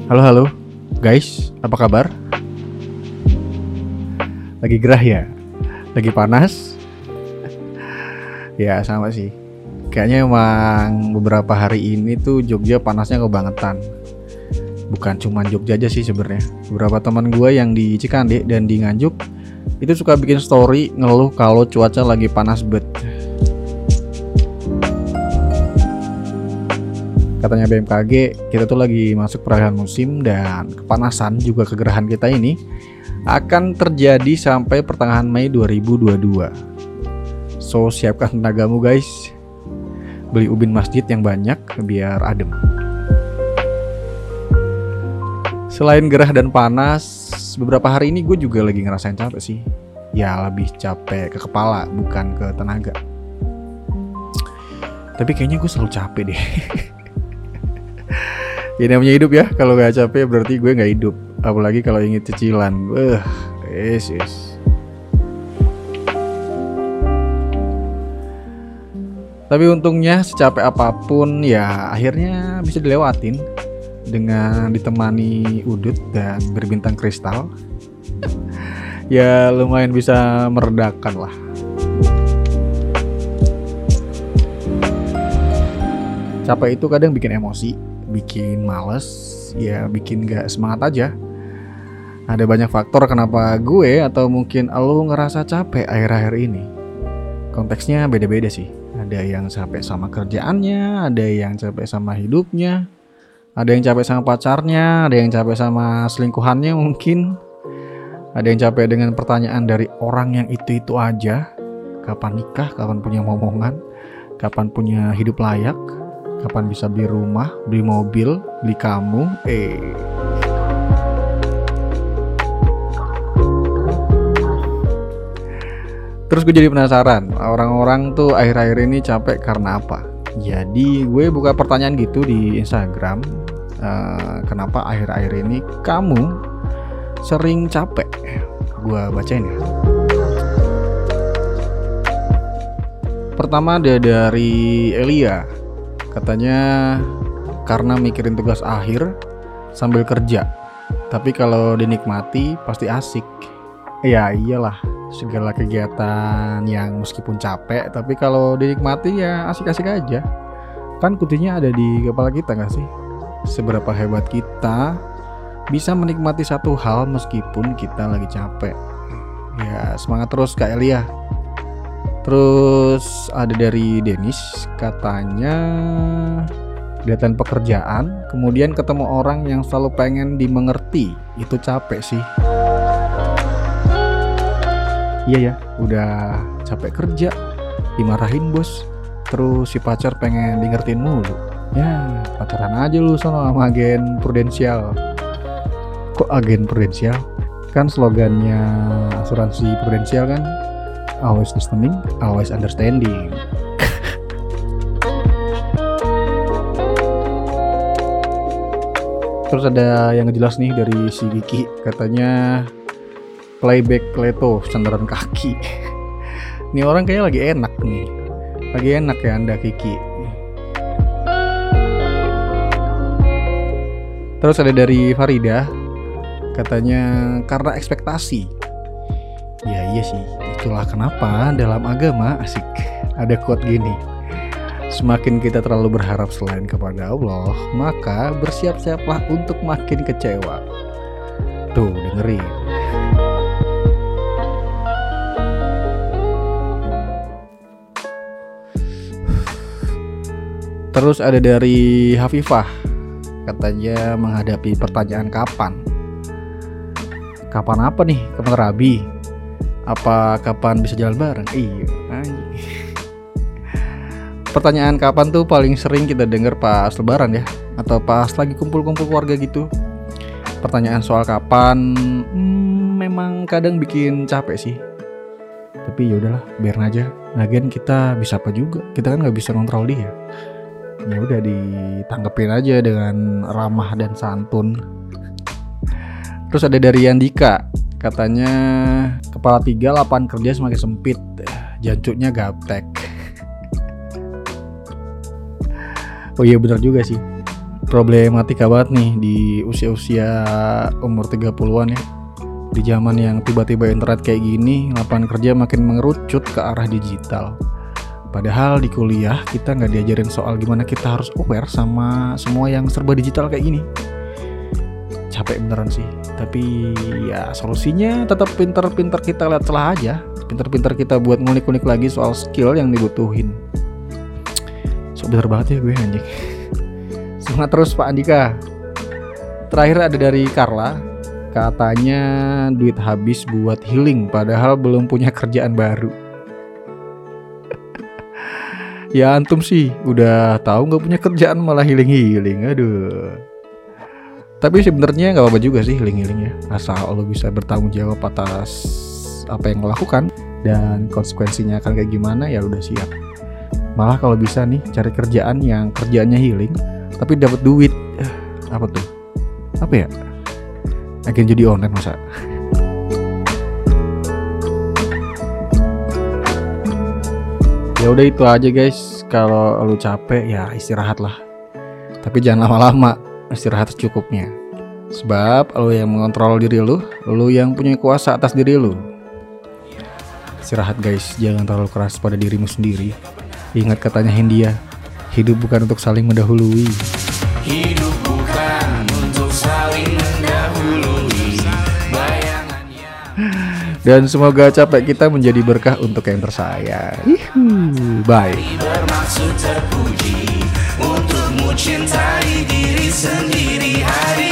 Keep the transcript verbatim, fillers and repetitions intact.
Halo halo guys, apa kabar? Lagi gerah ya? Lagi panas? Ya sama sih. Kayaknya emang beberapa hari ini tuh Jogja panasnya kebangetan. Bukan cuma Jogja aja sih sebenarnya. Beberapa teman gue yang di Cikande dan di Nganjuk itu suka bikin story ngeluh kalau cuaca lagi panas bet. Katanya B M K G, kita tuh lagi masuk peralihan musim dan kepanasan juga kegerahan kita ini akan terjadi sampai pertengahan Mei dua ribu dua puluh dua. So, siapkan tenagamu guys. Beli ubin masjid yang banyak biar adem. Selain gerah dan panas, beberapa hari ini gue juga lagi ngerasain capek sih. Ya lebih capek ke kepala, bukan ke tenaga. Tapi kayaknya gue selalu capek deh. Ini namanya hidup ya. Kalau gak capek berarti gue gak hidup. Apalagi kalau ingin cicilan. Wah, yes, yes. Tapi untungnya secapek apapun ya akhirnya bisa dilewatin dengan ditemani udut dan berbintang kristal. Ya lumayan bisa meredakan lah. Capek itu kadang bikin emosi, bikin males, ya bikin gak semangat aja. Ada banyak faktor kenapa gue atau mungkin lo ngerasa capek akhir-akhir ini. Konteksnya beda-beda sih. Ada yang capek sama kerjaannya, ada yang capek sama hidupnya, ada yang capek sama pacarnya, ada yang capek sama selingkuhannya mungkin. Ada yang capek dengan pertanyaan dari orang yang itu-itu aja. Kapan nikah, kapan punya momongan, kapan punya hidup layak, kapan bisa beli rumah, beli mobil, beli kamu, eh. Terus gue jadi penasaran, orang-orang tuh akhir-akhir ini capek karena apa? Jadi gue buka pertanyaan gitu di Instagram, uh, kenapa akhir-akhir ini kamu sering capek? Gue bacain ya. Pertama ada dari Elia. Katanya karena mikirin tugas akhir sambil kerja. Tapi kalau dinikmati pasti asik. Ya iyalah, segala kegiatan yang meskipun capek tapi kalau dinikmati ya asik-asik aja. Kan kuncinya ada di kepala kita gak sih? Seberapa hebat kita bisa menikmati satu hal meskipun kita lagi capek. Ya semangat terus Kak Elia. Terus ada dari Dennis, katanya kegiatan pekerjaan, kemudian ketemu orang yang selalu pengen dimengerti, itu capek sih. Iya ya, udah capek kerja, dimarahin bos, terus si pacar pengen di ngertiin mulu. Ya, pacaran aja lu sama agen prudensial. Kok agen prudensial? Kan slogannya asuransi prudensial kan, always listening, always understanding. Terus ada yang jelas nih dari si Kiki, katanya playback Leto cenderan kaki. Ini orang kayaknya lagi enak nih. Lagi enak ya Anda Kiki. Terus ada dari Farida, katanya karena ekspektasi. Ya iya sih, itulah kenapa dalam agama asik ada quote gini. Semakin kita terlalu berharap selain kepada Allah, maka bersiap-siaplah untuk makin kecewa. Tuh dengerin. Terus ada dari Hafifah, katanya menghadapi pertanyaan kapan. Kapan apa nih? Kapan Rabi? Apa kapan bisa jalan bareng? Iya. Pertanyaan kapan tuh paling sering kita dengar pas lebaran ya, atau pas lagi kumpul-kumpul keluarga gitu. Pertanyaan soal kapan hmm, memang kadang bikin capek sih. Tapi ya udahlah, biarin aja. Lagian kita bisa apa juga? Kita kan nggak bisa kontrol dia. Ya udah ditanggepin aja dengan ramah dan santun. Terus ada dari Yandika, katanya kepala tiga lapangan kerja semakin sempit, jancuknya gaptek. Oh iya benar juga sih. problematika banget nih di usia-usia umur tiga puluhan ya. Di zaman yang tiba-tiba internet kayak gini, lapangan kerja makin mengerucut ke arah digital. Padahal di kuliah kita nggak diajarin soal gimana kita harus aware sama semua yang serba digital kayak gini. Capek beneran sih. Tapi ya solusinya tetap pinter-pinter kita lihat celah aja. Pinter-pinter kita buat ngulik-ngulik lagi soal skill yang dibutuhin. So bener banget ya gue anjing. Semangat terus Pak Andika. Terakhir ada dari Carla. Katanya duit habis buat healing padahal belum punya kerjaan baru. Ya antum sih udah tahu nggak punya kerjaan malah healing-healing. Aduh. Tapi sebenarnya nggak apa-apa juga sih healing-healing ya. Asal lo bisa bertanggung jawab atas apa yang lo lakukan dan konsekuensinya akan kayak gimana ya udah siap. Malah kalau bisa nih cari kerjaan yang kerjaannya healing tapi dapat duit. Apa tuh? Apa ya? Agen judi online masa. Ya udah itu aja guys. Kalau lu capek ya istirahat lah. Tapi jangan lama-lama, istirahat secukupnya. Sebab lu yang mengontrol diri lu, lu yang punya kuasa atas diri lu. Istirahat guys, jangan terlalu keras pada dirimu sendiri. Ingat katanya Hindia, hidup bukan untuk saling mendahului. Hidup bukan untuk saling mendahului. Bayangannya. Dan semoga capek kita menjadi berkah untuk yang tersayang. Ihu, bye. Bermaksud terpuji untukmu cintai diri sendiri hari